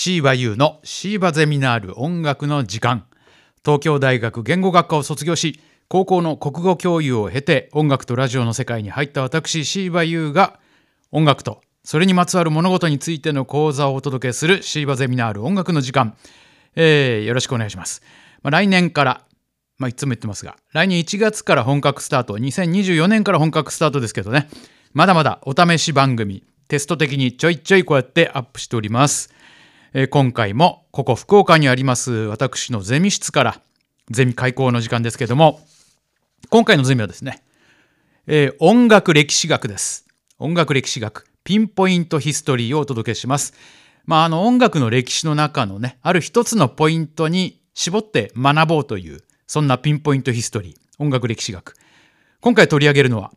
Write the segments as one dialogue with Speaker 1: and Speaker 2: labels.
Speaker 1: シーバ U のシーバゼミナール音楽の時間。東京大学言語学科を卒業し、高校の国語教諭を経て音楽とラジオの世界に入った私シーバ U が音楽とそれにまつわる物事についての講座をお届けするシーバゼミナール音楽の時間。よろしくお願いします。来年から、いつも言ってますが、来年1月から本格スタート、2024年から本格スタートですけどね、まだまだお試し番組、テスト的にちょいちょいこうやってアップしております。今回もここ福岡にあります私のゼミ室からゼミ開講の時間ですけども、今回のゼミはですね、音楽歴史学です。音楽歴史学ピンポイントヒストリーをお届けします。音楽の歴史の中のね、ある一つのポイントに絞って学ぼうという、そんなピンポイントヒストリー、音楽歴史学。今回取り上げるのは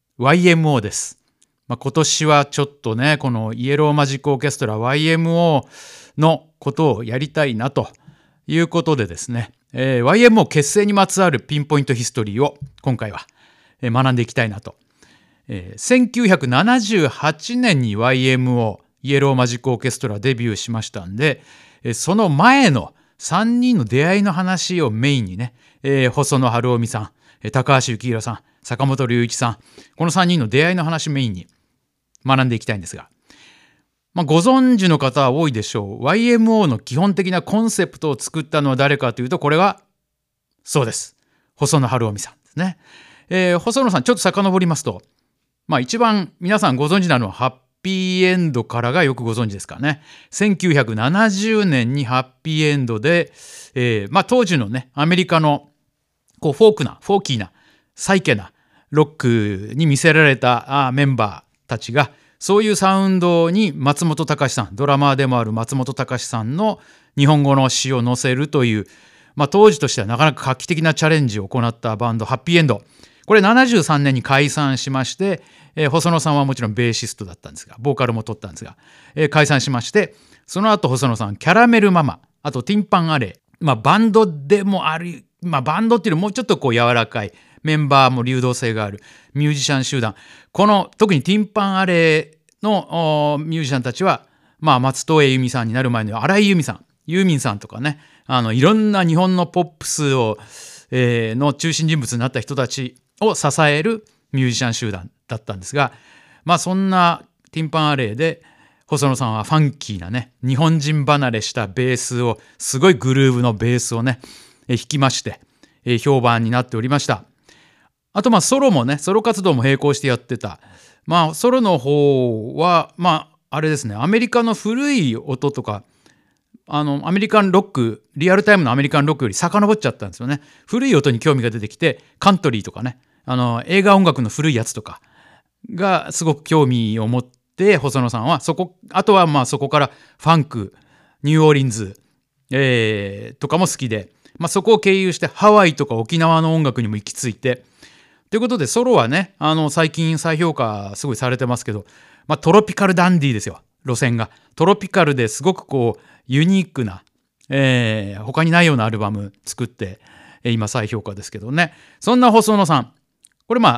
Speaker 1: YMO です。今年はちょっとね、このイエローマジックオーケストラ YMO のことをやりたいなということでですね、YMO 結成にまつわるピンポイントヒストリーを今回は学んでいきたいなと。1978年に YMO イエローマジックオーケストラデビューしましたんで、その前の3人の出会いの話をメインにね、細野晴臣さん、高橋幸宏さん、坂本龍一さん、この3人の出会いの話メインに学んでいきたいんですが、ご存知の方は多いでしょう。YMO の基本的なコンセプトを作ったのは誰かというと、これはそうです。細野晴臣さんですね。細野さんちょっと遡りますと、一番皆さんご存知なのはハッピーエンドからがよくご存知ですからね。1970年にハッピーエンドで、当時のね、アメリカのフォーキーな、サイケなロックに魅せられたメンバーたちが、そういうサウンドに松本隆さん、ドラマーでもある松本隆さんの日本語の詩を載せるという、当時としてはなかなか画期的なチャレンジを行ったバンド、ハッピーエンド。これ73年に解散しまして、細野さんはもちろんベーシストだったんですが、ボーカルも取ったんですが、解散しまして、その後細野さん、キャラメルママ、あとティンパンアレイ、バンドでもある、バンドっていうのはもうちょっと柔らかい、メンバーも流動性があるミュージシャン集団。この特にティンパンアレイのミュージシャンたちは、松任谷由実さんになる前の荒井由実さん、ユーミンさんとかね、いろんな日本のポップスを、の中心人物になった人たちを支えるミュージシャン集団だったんですが、そんなティンパンアレイで細野さんはファンキーなね、日本人離れしたベースを、すごいグルーヴのベースをね、弾きまして、評判になっておりました。あとソロもね、ソロ活動も並行してやってた。ソロの方はあれですね、アメリカの古い音とか、アメリカンロック、リアルタイムのアメリカンロックより遡っちゃったんですよね。古い音に興味が出てきて、カントリーとかね、映画音楽の古いやつとかがすごく興味を持って、細野さんはあとはそこからファンク、ニューオーリンズ、とかも好きで、そこを経由してハワイとか沖縄の音楽にも行き着いて、ということでソロはね、最近再評価すごいされてますけど、トロピカルダンディーですよ、路線が。トロピカルですごくユニークな、他にないようなアルバム作って、今再評価ですけどね。そんな細野さん、これ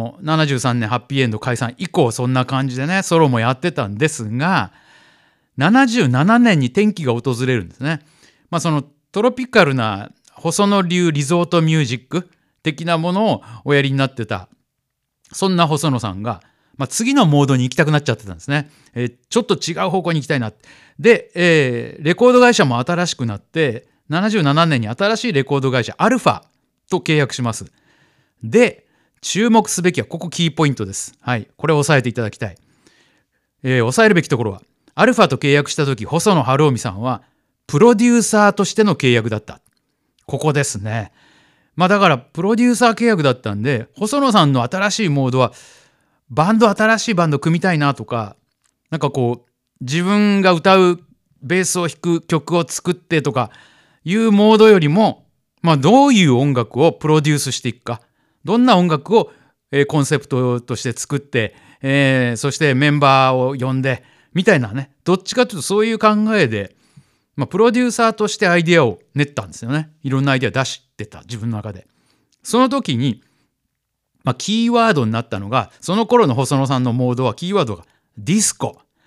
Speaker 1: 73年ハッピーエンド解散以降そんな感じでね、ソロもやってたんですが、77年に転機が訪れるんですね。そのトロピカルな細野流リゾートミュージック的なものをおやりになってた、そんな細野さんが、次のモードに行きたくなっちゃってたんですね。ちょっと違う方向に行きたいな。で、レコード会社も新しくなって、77年に新しいレコード会社アルファと契約します。で、注目すべきはここキーポイントです。はい、これを押さえていただきたい。押さえるべきところは、アルファと契約した時、細野晴臣さんはプロデューサーとしての契約だった。ここですね。だからプロデューサー契約だったんで、細野さんの新しいモードは新しいバンド組みたいなとか、自分が歌うベースを弾く曲を作ってとかいうモードよりも、どういう音楽をプロデュースしていくか、どんな音楽を、コンセプトとして作って、そしてメンバーを呼んでみたいなね、どっちかというとそういう考えで、プロデューサーとしてアイデアを練ったんですよね。いろんなアイデア出してた、自分の中で。その時にキーワードになったのが、その頃の細野さんのモードはキーワードがディスコ。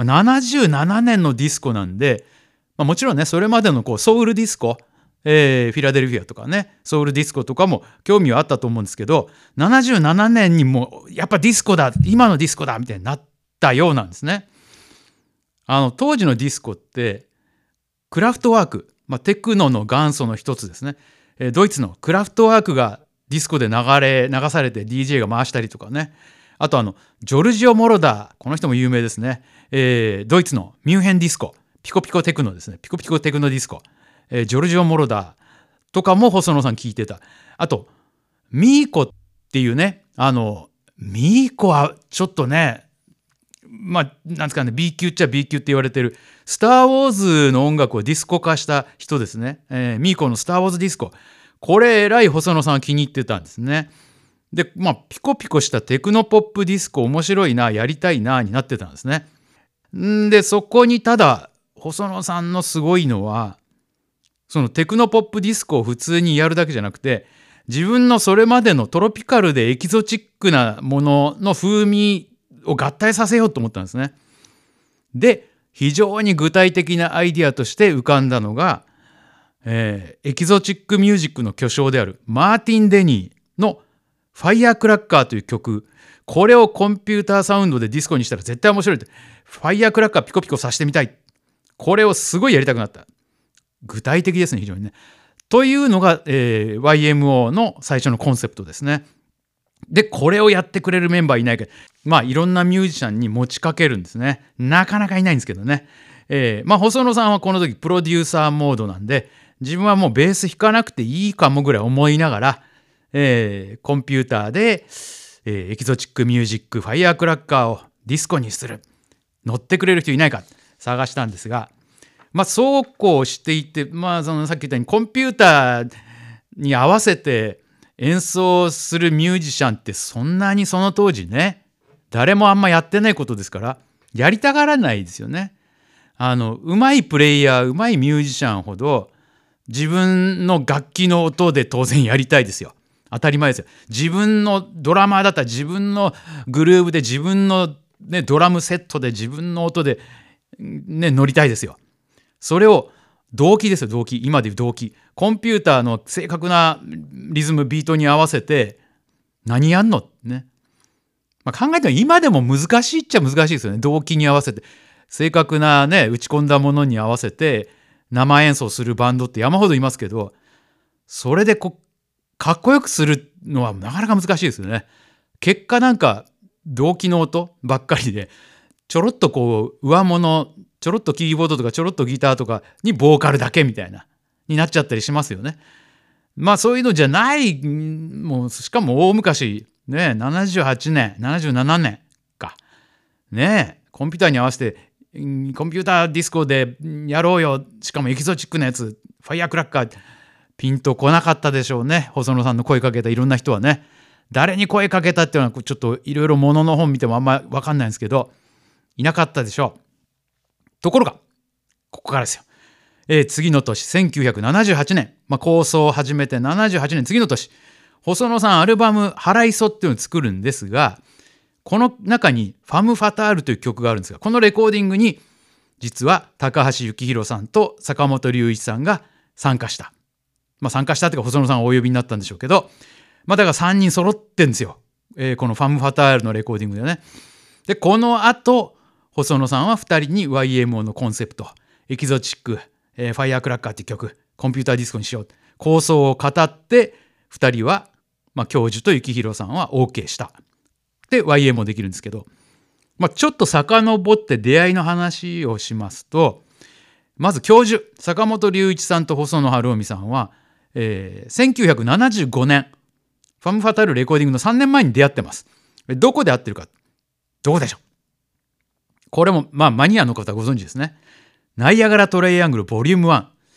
Speaker 1: 77年のディスコなんで、もちろんねそれまでのソウルディスコ、フィラデルフィアとかねソウルディスコとかも興味はあったと思うんですけど、77年にもやっぱディスコだ、今のディスコだみたいになったようなんですね。当時のディスコってクラフトワーク、テクノの元祖の一つですね。ドイツのクラフトワークがディスコで流されて DJ が回したりとかね。あとジョルジオ・モロダー、この人も有名ですね。ドイツのミュンヘンディスコ、ピコピコテクノですね。ピコピコテクノディスコ、ジョルジオ・モロダーとかも細野さん聞いてた。あとミーコっていうね、ミーコはちょっとね、なんですかね、B 級っちゃ B 級って言われてるスター・ウォーズの音楽をディスコ化した人ですね。ミーコのスター・ウォーズディスコ、これえらい細野さんは気に入ってたんですね。でピコピコしたテクノポップディスコ面白いな、やりたいなになってたんですね。でそこにただ細野さんのすごいのは、そのテクノポップディスコを普通にやるだけじゃなくて、自分のそれまでのトロピカルでエキゾチックなものの風味を合体させようと思ったんですね。で非常に具体的なアイディアとして浮かんだのが、エキゾチックミュージックの巨匠であるマーティン・デニーのファイヤークラッカーという曲、これをコンピューターサウンドでディスコにしたら絶対面白いって、ファイヤークラッカーピコピコさせてみたい、これをすごいやりたくなった。具体的ですね、非常にね。というのが、YMO の最初のコンセプトですね。でこれをやってくれるメンバーいないか、いろんなミュージシャンに持ちかけるんですね。なかなかいないんですけどね。細野さんはこの時プロデューサーモードなんで、自分はもうベース弾かなくていいかもぐらい思いながら、コンピューターで、エキゾチックミュージックファイヤークラッカーをディスコにする、乗ってくれる人いないか探したんですが、そうこうしていて、そのさっき言ったようにコンピューターに合わせて演奏するミュージシャンってそんなにその当時ね誰もあんまやってないことですから、やりたがらないですよね。うまいプレイヤー、うまいミュージシャンほど自分の楽器の音で当然やりたいですよ。当たり前ですよ。自分のドラマーだったら自分のグルーヴで自分の、ドラムセットで自分の音で、乗りたいですよ。それを動機ですよ、動機。今でいう動機。コンピューターの正確なリズムビートに合わせて何やんのね。考えても今でも難しいっちゃ難しいですよね。動機に合わせて正確なね打ち込んだものに合わせて生演奏するバンドって山ほどいますけど、それでかっこよくするのはなかなか難しいですよね。結果動機の音ばっかりで、ちょろっと上物、ちょろっとキーボードとかちょろっとギターとかにボーカルだけみたいなになっちゃったりしますよね。そういうのじゃない、もうしかも大昔ね、78年77年かね、コンピューターに合わせてコンピューターディスコでやろうよ、しかもエキゾチックなやつ、ファイヤークラッカー、ピンとこなかったでしょうね。細野さんの声かけたいろんな人はね。誰に声かけたっていうのはちょっといろいろものの本見てもあんま分かんないんですけど、いなかったでしょう。ところがここからですよ。次の年1978年、構想を始めて78年、次の年細野さんアルバム「ハライソ」っていうのを作るんですが、この中に「ファム・ファタール」という曲があるんですが、このレコーディングに実は高橋幸宏さんと坂本龍一さんが参加した。参加したっていうか細野さんがお呼びになったんでしょうけど、だから3人揃ってんですよ、この「ファム・ファタール」のレコーディングでね。でこの後細野さんは2人に YMO のコンセプト、エキゾチック、ファイヤークラッカーっていう曲、コンピューターディスコにしよう、構想を語って2人は、教授と幸宏さんは OK したで YMO できるんですけど、ちょっと遡って出会いの話をしますと、まず教授坂本龍一さんと細野晴臣さんは、1975年ファム・ファタールレコーディングの3年前に出会ってます。どこで会ってるか、どこでしょう。これもマニアの方はご存知ですね。ナイアガラトライアングルボリューム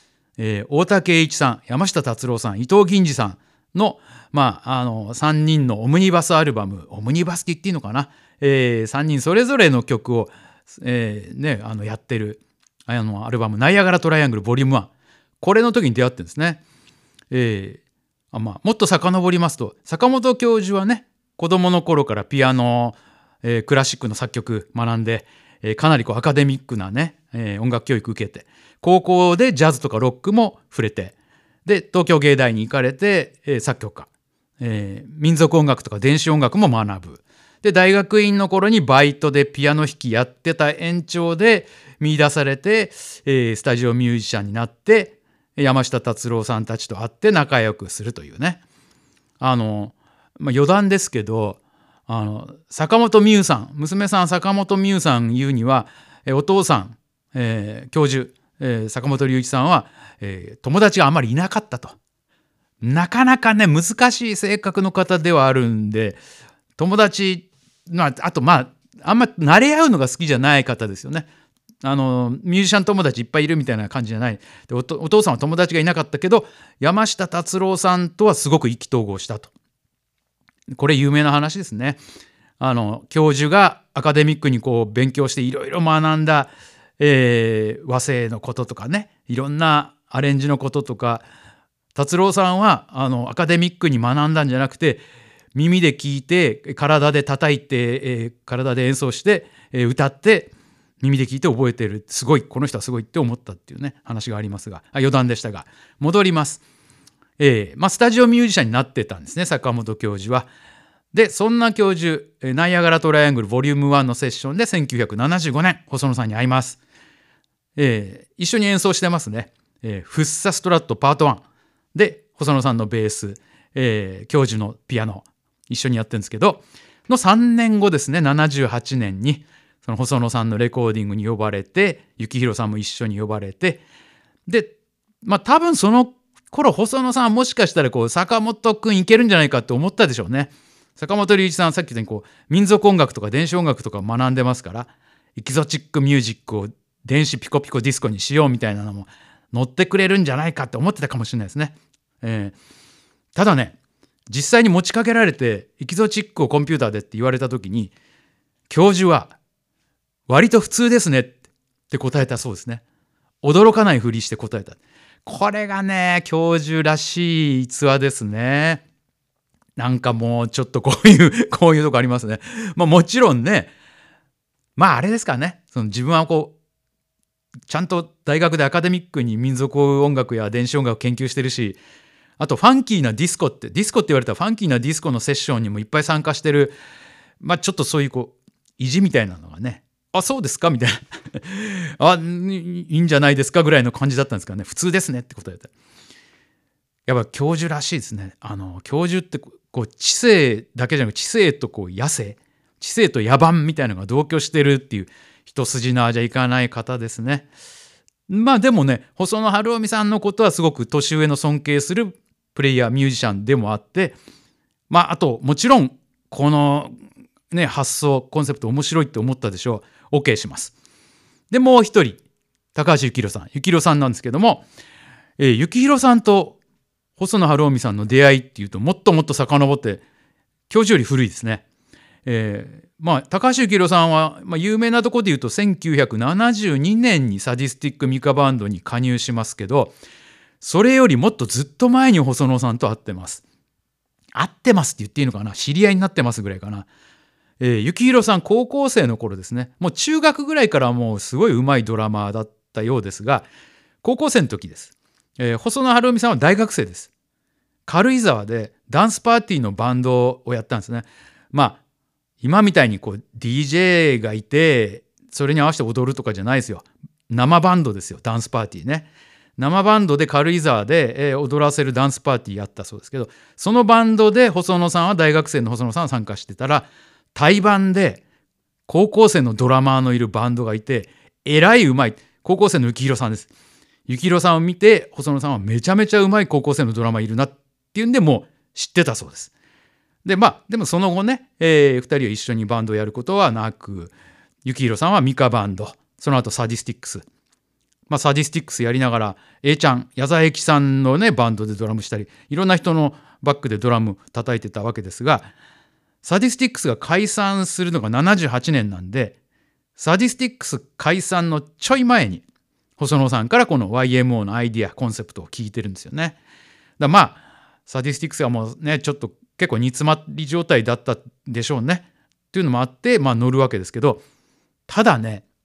Speaker 1: 1、大竹栄一さん、山下達郎さん、伊藤銀次さんの、3人のオムニバスアルバム、オムニバスって言っていいのかな、3人それぞれの曲を、やってるアルバムナイアガラトライアングルボリューム1、これの時に出会ってるんですね。もっと遡りますと、坂本教授はね子供の頃からピアノ、クラシックの作曲学んで、 かなりアカデミックなね、音楽教育受けて、高校でジャズとかロックも触れて、で東京芸大に行かれて、作曲家、民族音楽とか電子音楽も学ぶ。で大学院の頃にバイトでピアノ弾きやってた延長で見出されて、スタジオミュージシャンになって山下達郎さんたちと会って仲良くするというね。余談ですけど、坂本美羽さん、娘さん坂本美羽さん言うには、お父さん、教授、坂本龍一さんは、友達があまりいなかったと。なかなかね難しい性格の方ではあるんで、友達、あとあんま慣れ合うのが好きじゃない方ですよね。ミュージシャン友達いっぱいいるみたいな感じじゃない。でお父さんは友達がいなかったけど、山下達郎さんとはすごく意気投合したと。これ有名な話ですね。教授がアカデミックに勉強していろいろ学んだ、和声のこととかね、いろんなアレンジのこととか、達郎さんはアカデミックに学んだんじゃなくて、耳で聞いて体で叩いて、体で演奏して、歌って耳で聞いて覚えてる。すごい、この人はすごいって思ったっていうね話がありますが、余談でしたが戻ります。スタジオミュージシャンになってたんですね、坂本教授は。でそんな教授、ナイアガラトライアングルボリューム1のセッションで1975年細野さんに会います。一緒に演奏してますね。フッサストラットパート1で細野さんのベース、教授のピアノ一緒にやってるんですけど、の3年後ですね、78年にその細野さんのレコーディングに呼ばれて、幸宏さんも一緒に呼ばれて、で多分その頃細野さんはもしかしたら坂本くんいけるんじゃないかって思ったでしょうね。坂本龍一さんはさっき言ったように民族音楽とか電子音楽とか学んでますから、エキゾチックミュージックを電子ピコピコディスコにしようみたいなのも乗ってくれるんじゃないかって思ってたかもしれないですね。ただね、実際に持ちかけられてエキゾチックをコンピューターでって言われた時に、教授は割と普通ですねって答えたそうですね。驚かないふりして答えた。これがね教授らしい逸話ですね。なんかもうちょっとこういうとこありますね。もちろんね、あれですからね、自分はちゃんと大学でアカデミックに民族音楽や電子音楽を研究してるし、あとファンキーなディスコって言われたらファンキーなディスコのセッションにもいっぱい参加してる、ちょっとそういう意地みたいなのがね、あ、そうですかみたいなあ、いいんじゃないですかぐらいの感じだったんですからね。普通ですねって答えて、やっぱ教授らしいですね。教授って知性だけじゃなく、知性と野性、知性と野蛮みたいなのが同居してるっていう、一筋縄じゃいかない方ですね。でもね、細野晴臣さんのことはすごく年上の尊敬するプレイヤーミュージシャンでもあって、あともちろんこのね発想コンセプト面白いって思ったでしょう。 OK します。でもう一人、高橋幸宏さんなんですけども、幸宏さんと細野晴臣さんの出会いっていうともっともっと遡って教授より古いですね。高橋幸宏さんは、有名なところで言うと1972年にサディスティックミカバンドに加入しますけど、それよりもっとずっと前に細野さんと会ってます。会ってますって言っていいのかな、知り合いになってますぐらいかな。幸宏さん高校生の頃ですね、もう中学ぐらいからもうすごい上手いドラマーだったようですが、高校生の時です。細野晴臣さんは大学生です。軽井沢でダンスパーティーのバンドをやったんですね。今みたいにDJ がいてそれに合わせて踊るとかじゃないですよ。生バンドですよ、ダンスパーティーね。生バンドで軽井沢で踊らせるダンスパーティーやったそうですけど、そのバンドで細野さんは、大学生の細野さんは参加してたら、対バンで高校生のドラマーのいるバンドがいて、えらいうまい高校生の幸宏さんです。幸宏さんを見て細野さんはめちゃめちゃうまい高校生のドラマーいるなっていうんでもう知ってたそうです。でもその後ね、2人は一緒にバンドをやることはなく、幸宏さんはミカバンド、その後サディスティックス、サディスティックスやりながら A ちゃん矢沢永吉さんのねバンドでドラムしたり、いろんな人のバックでドラム叩いてたわけですが、サディスティックスが解散するのが78年なんで、サディスティックス解散のちょい前に細野さんからこの YMO のアイディアコンセプトを聞いてるんですよね。サディスティックスがもうねちょっと結構煮詰まり状態だったでしょうねっていうのもあって、乗るわけですけど、ただね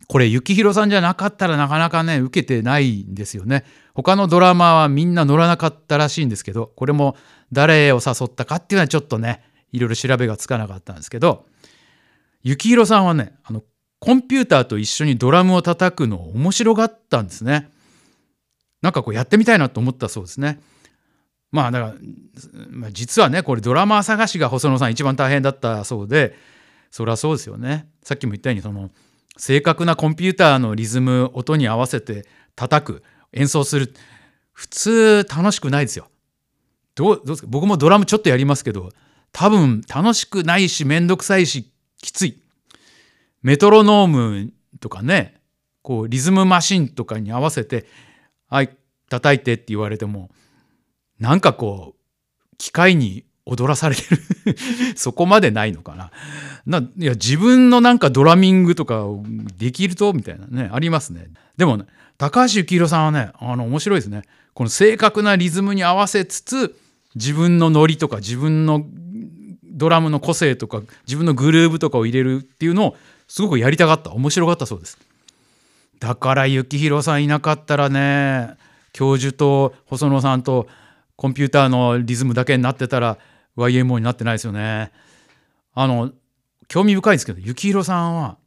Speaker 1: これ幸宏さんじゃなかったらなかなかね受けてないんですよね。他のドラマはみんな乗らなかったらしいんですけど、これも誰を誘ったかっていうのはちょっとねいろいろ調べがつかなかったんですけど、幸宏さんはねコンピューターと一緒にドラムを叩くのを面白がったんですね。なんかこうやってみたいなと思ったそうですね。だから、実はねこれドラマー探しが細野さん一番大変だったそうで、そりゃそうですよね。さっきも言ったように正確なコンピューターのリズム、音に合わせて叩く、演奏する、普通楽しくないですよ。どうですか？僕もドラムちょっとやりますけど、多分楽しくないし、めんどくさいし、きつい。メトロノームとかね、こうリズムマシンとかに合わせて、はい、叩いてって言われても、なんかこう機械に踊らされてるそこまでないのかな。いや自分のなんかドラミングとかできるとみたいなねありますね。でもね高橋幸宏さんはね面白いですね。この正確なリズムに合わせつつ自分のノリとか自分のドラムの個性とか自分のグルーヴとかを入れるっていうのをすごくやりたかった、面白かったそうです。だから幸宏さんいなかったらね、教授と細野さんとコンピューターのリズムだけになってたら YMO になってないですよね。興味深いんですけど、幸宏さんは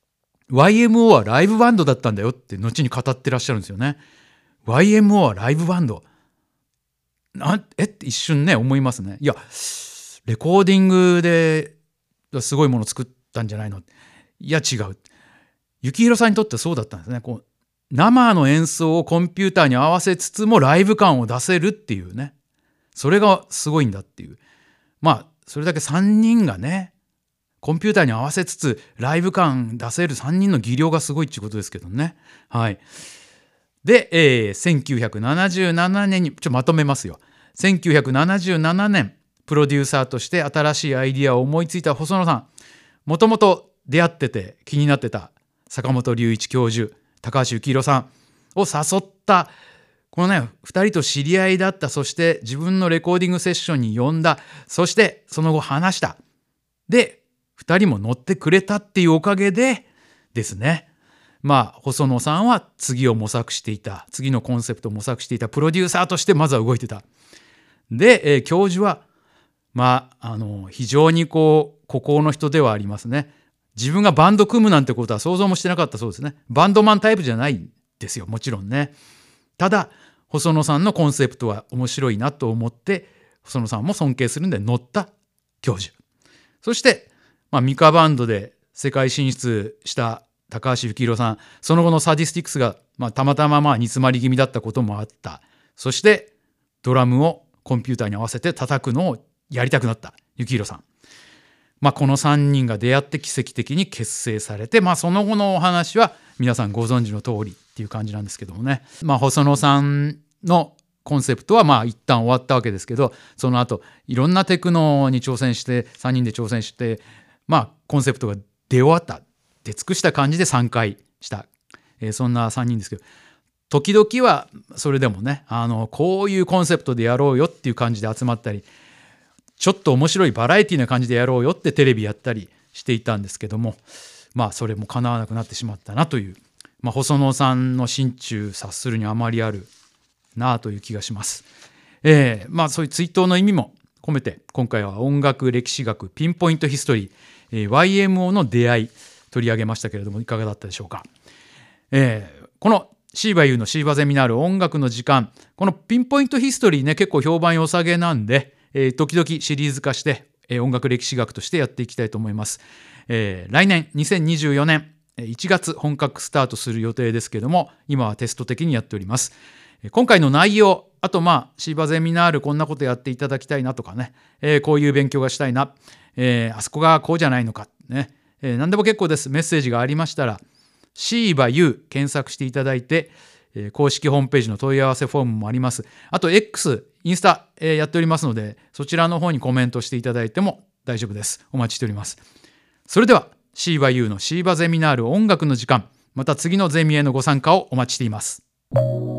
Speaker 1: YMO はライブバンドだったんだよって後に語ってらっしゃるんですよね。YMO はライブバンドって一瞬ね思いますね。いやレコーディングですごいものを作ったんじゃないの。いや違う。幸宏さんにとってそうだったんですね。こう生の演奏をコンピューターに合わせつつもライブ感を出せるっていうね、それがすごいんだっていう。それだけ3人がねコンピューターに合わせつつライブ感出せる3人の技量がすごいっていうことですけどね。はい。で、1977年にまとめますよ。1977年プロデューサーとして新しいアイディアを思いついた細野さん、もともと出会ってて気になってた坂本龍一教授、高橋幸宏さんを誘ったこのね2人と知り合いだった。そして自分のレコーディングセッションに呼んだ。そしてその後話した。で2人も乗ってくれたっていうおかげでですね、細野さんは次のコンセプトを模索していたプロデューサーとしてまずは動いてた。で、教授は非常に孤高の人ではありますね。自分がバンド組むなんてことは想像もしてなかったそうですね。バンドマンタイプじゃないんですよ、もちろんね。ただ細野さんのコンセプトは面白いなと思って細野さんも尊敬するんで乗った教授。そしてミカバンドで世界進出した高橋幸宏さん、その後のサディスティックスがたまたま煮詰まり気味だったこともあった。そしてドラムをコンピューターに合わせて叩くのをやりたくなった幸宏さん。この3人が出会って奇跡的に結成されて、その後のお話は皆さんご存知の通りっていう感じなんですけどもね。細野さんのコンセプトは一旦終わったわけですけど、その後いろんなテクノに挑戦して3人で挑戦してコンセプトが出終わった出尽くした感じで3回した、そんな3人ですけど、時々はそれでもねこういうコンセプトでやろうよっていう感じで集まったり、ちょっと面白いバラエティな感じでやろうよってテレビやったりしていたんですけども、それも叶わなくなってしまったなという、細野さんの心中察するにあまりあるなという気がします。そういう追悼の意味も込めて今回は音楽歴史学ピンポイントヒストリー、YMO の出会い取り上げましたけれどもいかがだったでしょうか。このシーバユーのシーバゼミナール音楽の時間、このピンポイントヒストリーね結構評判良さげなんで、時々シリーズ化して、音楽歴史学としてやっていきたいと思います。来年2024年1月本格スタートする予定ですけども、今はテスト的にやっております。今回の内容、あとシーバゼミナールこんなことやっていただきたいなとかね、こういう勉強がしたいな、あそこがこうじゃないのかね、何でも結構です。メッセージがありましたらシーバユー検索していただいて、公式ホームページの問い合わせフォームもあります。あと X、インスタ、やっておりますので、そちらの方にコメントしていただいても大丈夫です。お待ちしております。それではシーバユーのシーバゼミナール音楽の時間、また次のゼミへのご参加をお待ちしています。